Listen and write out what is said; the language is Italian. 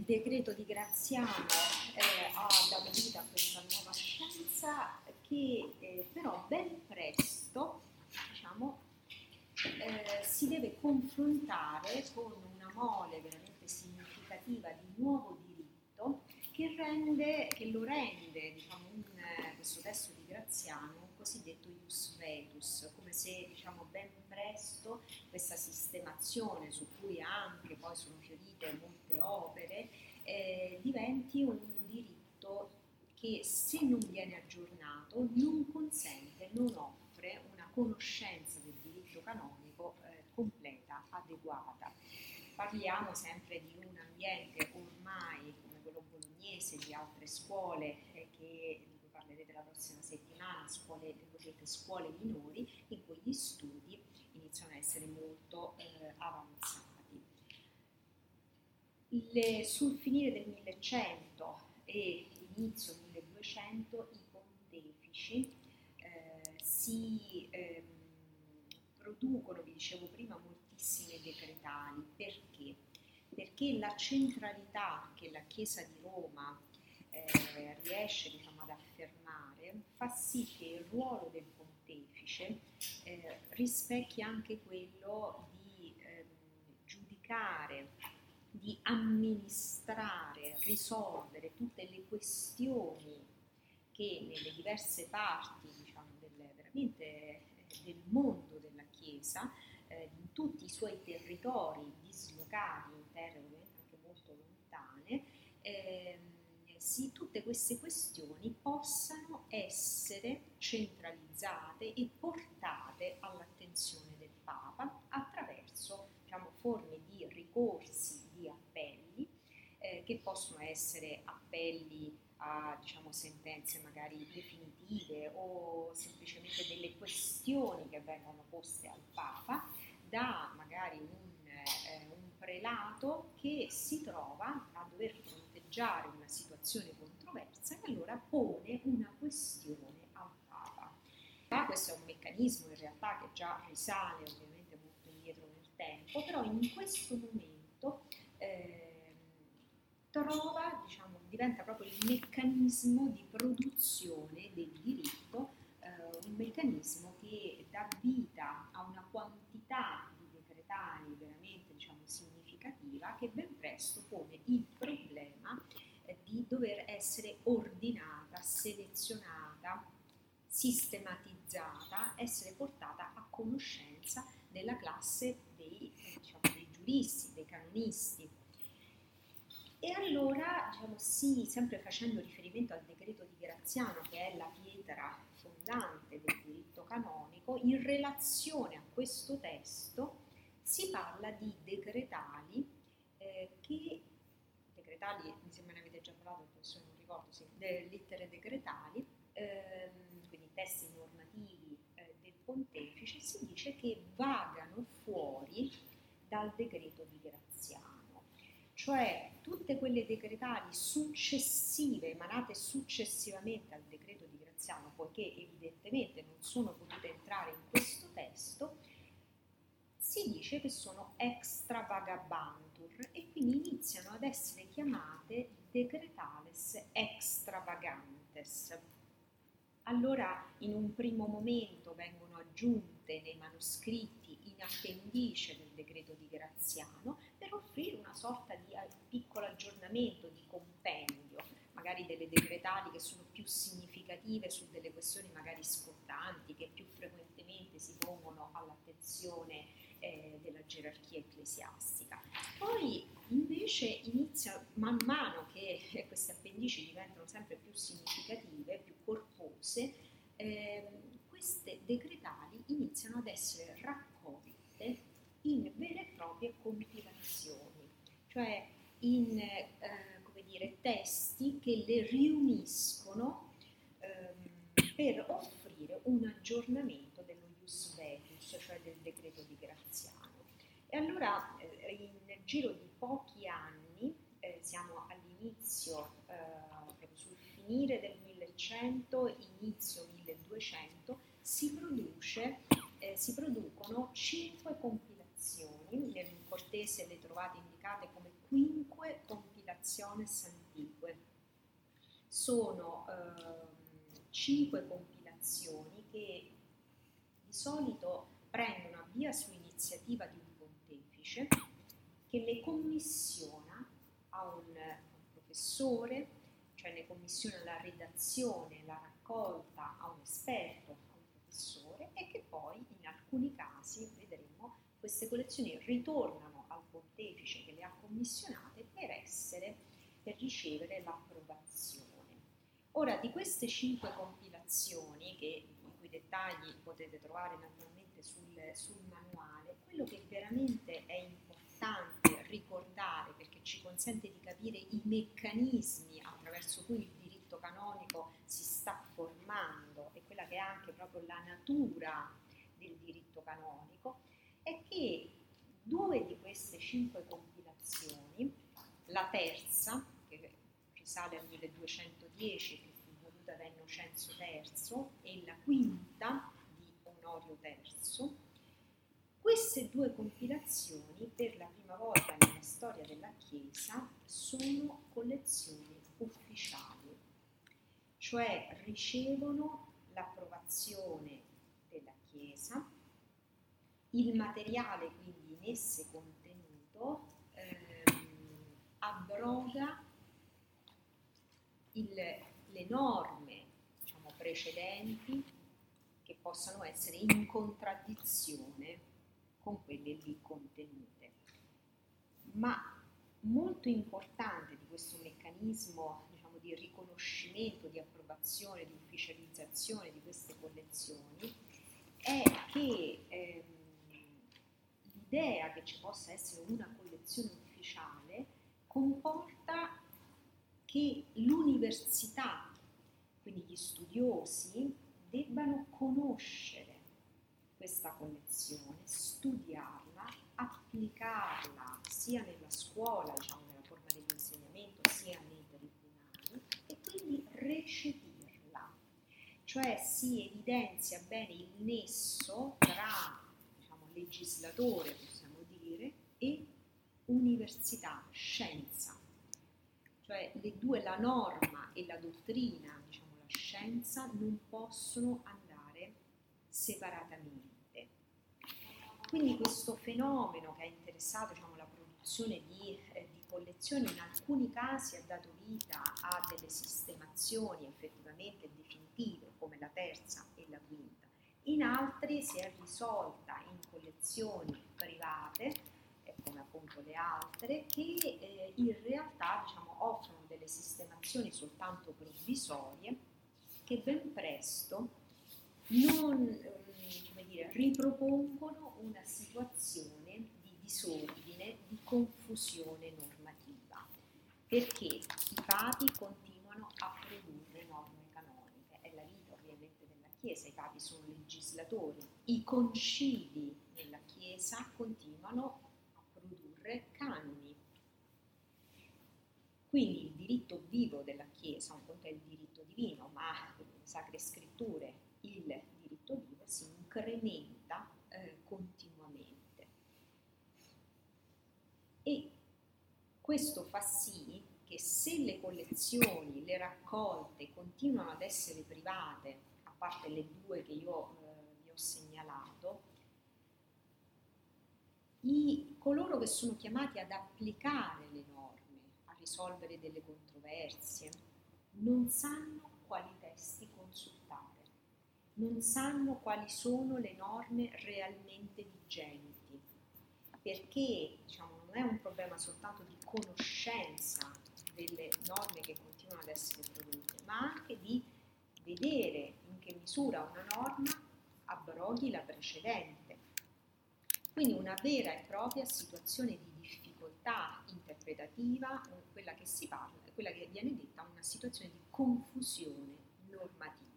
decreto di Graziano ha dato vita a questa nuova scienza che però ben presto, diciamo, si deve confrontare con una mole veramente significativa di nuovo diritto che lo rende, diciamo, questo testo di Graziano un cosiddetto ius vetus, come se, diciamo, ben presto questa sistemazione su cui anche poi sono fiorite molte opere diventi un diritto che, se non viene aggiornato, non consente, non offre una conoscenza del diritto canonico completa, adeguata. Parliamo sempre di un ambiente ormai come quello bolognese, di altre scuole di cui parlerete la prossima settimana, le cosiddette scuole minori, in cui gli studi iniziano a essere molto avanzati. Sul finire del 1100 e inizio 1200 i pontefici si producono, vi dicevo prima, moltissime decretali. Perché? Perché la centralità che la Chiesa di Roma riesce, diciamo, ad affermare fa sì che il ruolo del pontefice rispecchi anche quello di giudicare, di amministrare, risolvere tutte le questioni che nelle diverse parti, diciamo, veramente del mondo della Chiesa, in tutti i suoi territori dislocati, in terre ovviamente anche molto lontane, tutte queste questioni possano essere centralizzate e portate all'attenzione del Papa attraverso, diciamo, forme di ricorsi, di appelli, che possono essere appelli a, diciamo, sentenze magari definitive o semplicemente delle questioni che vengono poste al Papa da magari un prelato che si trova a dover fronteggiare una situazione controversa e allora pone una questione al Papa. Questo è un meccanismo in realtà che già risale ovviamente molto indietro nel tempo, però in questo momento diventa proprio il meccanismo di produzione del diritto, un meccanismo che dà vita a una quantità di decretali veramente, diciamo, significativa, che ben presto pone il problema di dover essere ordinata, selezionata, sistematizzata, essere portata a conoscenza della classe dei giuristi, dei canonisti. E allora, diciamo, sì, sempre facendo riferimento al decreto di Graziano, che è la pietra fondante del diritto canonico, in relazione a questo testo si parla di decretali mi sembra ne avete già parlato, adesso non ricordo, sì, lettere decretali, quindi testi normativi del pontefice, si dice che vagano fuori dal decreto di Graziano. Cioè tutte quelle decretali successive, emanate successivamente al decreto di Graziano, poiché evidentemente non sono potute entrare in questo testo, si dice che sono extravagabantur e quindi iniziano ad essere chiamate decretales extravagantes. Allora in un primo momento vengono aggiunte nei manoscritti in appendice del decreto di Graziano per offrire una sorta di piccolo aggiornamento, di compendio, magari delle decretali che sono più significative su delle questioni magari scottanti, che più frequentemente si pongono all'attenzione della gerarchia ecclesiastica. Poi invece inizia, man mano che queste appendici diventano sempre più significative, più corpose, queste decretali iniziano ad essere raccolte in vere e proprie compilazioni, cioè in testi che le riuniscono per offrire un aggiornamento dello ius vetus, cioè del decreto di Graziano. E allora nel giro di pochi anni, siamo all'inizio, proprio sul finire del 1100, inizio 1200, si producono 5 compilazioni, nel Cortese le trovate indicate come quinque compilazioni compilaciones antique. Sono 5 compilazioni che di solito prendono avvio su iniziativa di un pontefice che le commissiona a un professore, cioè ne commissiona la redazione, la raccolta a un esperto, a un professore, e che poi in alcuni casi, vedremo, queste collezioni ritornano al pontefice che le ha commissionate per ricevere l'approvazione. Ora, di queste 5 compilazioni, i cui dettagli potete trovare naturalmente sul manuale, quello che veramente è importante ricordare, perché ci consente di capire i meccanismi attraverso cui il diritto canonico si sta formando e quella che è anche proprio la natura del diritto canonico, è che 2 di queste 5 compilazioni, la terza, che risale al 1210, che fu voluta da Innocenzo III, e la quinta di Onorio III, queste 2 compilazioni per la prima volta nella storia della Chiesa sono collezioni ufficiali, cioè ricevono l'approvazione della Chiesa, il materiale quindi in esse contenuto abroga le norme, diciamo, precedenti che possano essere in contraddizione con quelle lì contenute. Ma molto importante di questo meccanismo, diciamo, di riconoscimento, di approvazione, di ufficializzazione di queste collezioni è che l'idea che ci possa essere una collezione ufficiale comporta che l'università, quindi gli studiosi, debbano conoscere questa collezione, studiarla, applicarla sia nella scuola, diciamo nella forma dell'insegnamento, sia nei tribunali, e quindi recepirla. Cioè si evidenzia bene il nesso tra, diciamo, legislatore, possiamo dire, e università, scienza. Cioè le due, la norma e la dottrina, diciamo la scienza, non possono andare separatamente. Quindi questo fenomeno che ha interessato, diciamo, la produzione di collezioni in alcuni casi ha dato vita a delle sistemazioni effettivamente definitive come la terza e la quinta, in altri si è risolta in collezioni private come appunto le altre, che in realtà, diciamo, offrono delle sistemazioni soltanto provvisorie che ben presto non ripropongono una situazione di disordine, di confusione normativa, perché i papi continuano a produrre norme canoniche, è la vita ovviamente della Chiesa, i papi sono legislatori, i concili nella Chiesa continuano produrre canoni. Quindi il diritto vivo della Chiesa, un conto è il diritto divino, ma le sacre scritture, il diritto vivo si incrementa continuamente. E questo fa sì che se le collezioni, le raccolte continuano ad essere private, a parte le 2 che io vi ho segnalato, coloro che sono chiamati ad applicare le norme, a risolvere delle controversie, non sanno quali testi consultare, non sanno quali sono le norme realmente vigenti, perché, diciamo, non è un problema soltanto di conoscenza delle norme che continuano ad essere prodotte, ma anche di vedere in che misura una norma abroghi la precedente. Quindi una vera e propria situazione di difficoltà interpretativa, quella che viene detta una situazione di confusione normativa.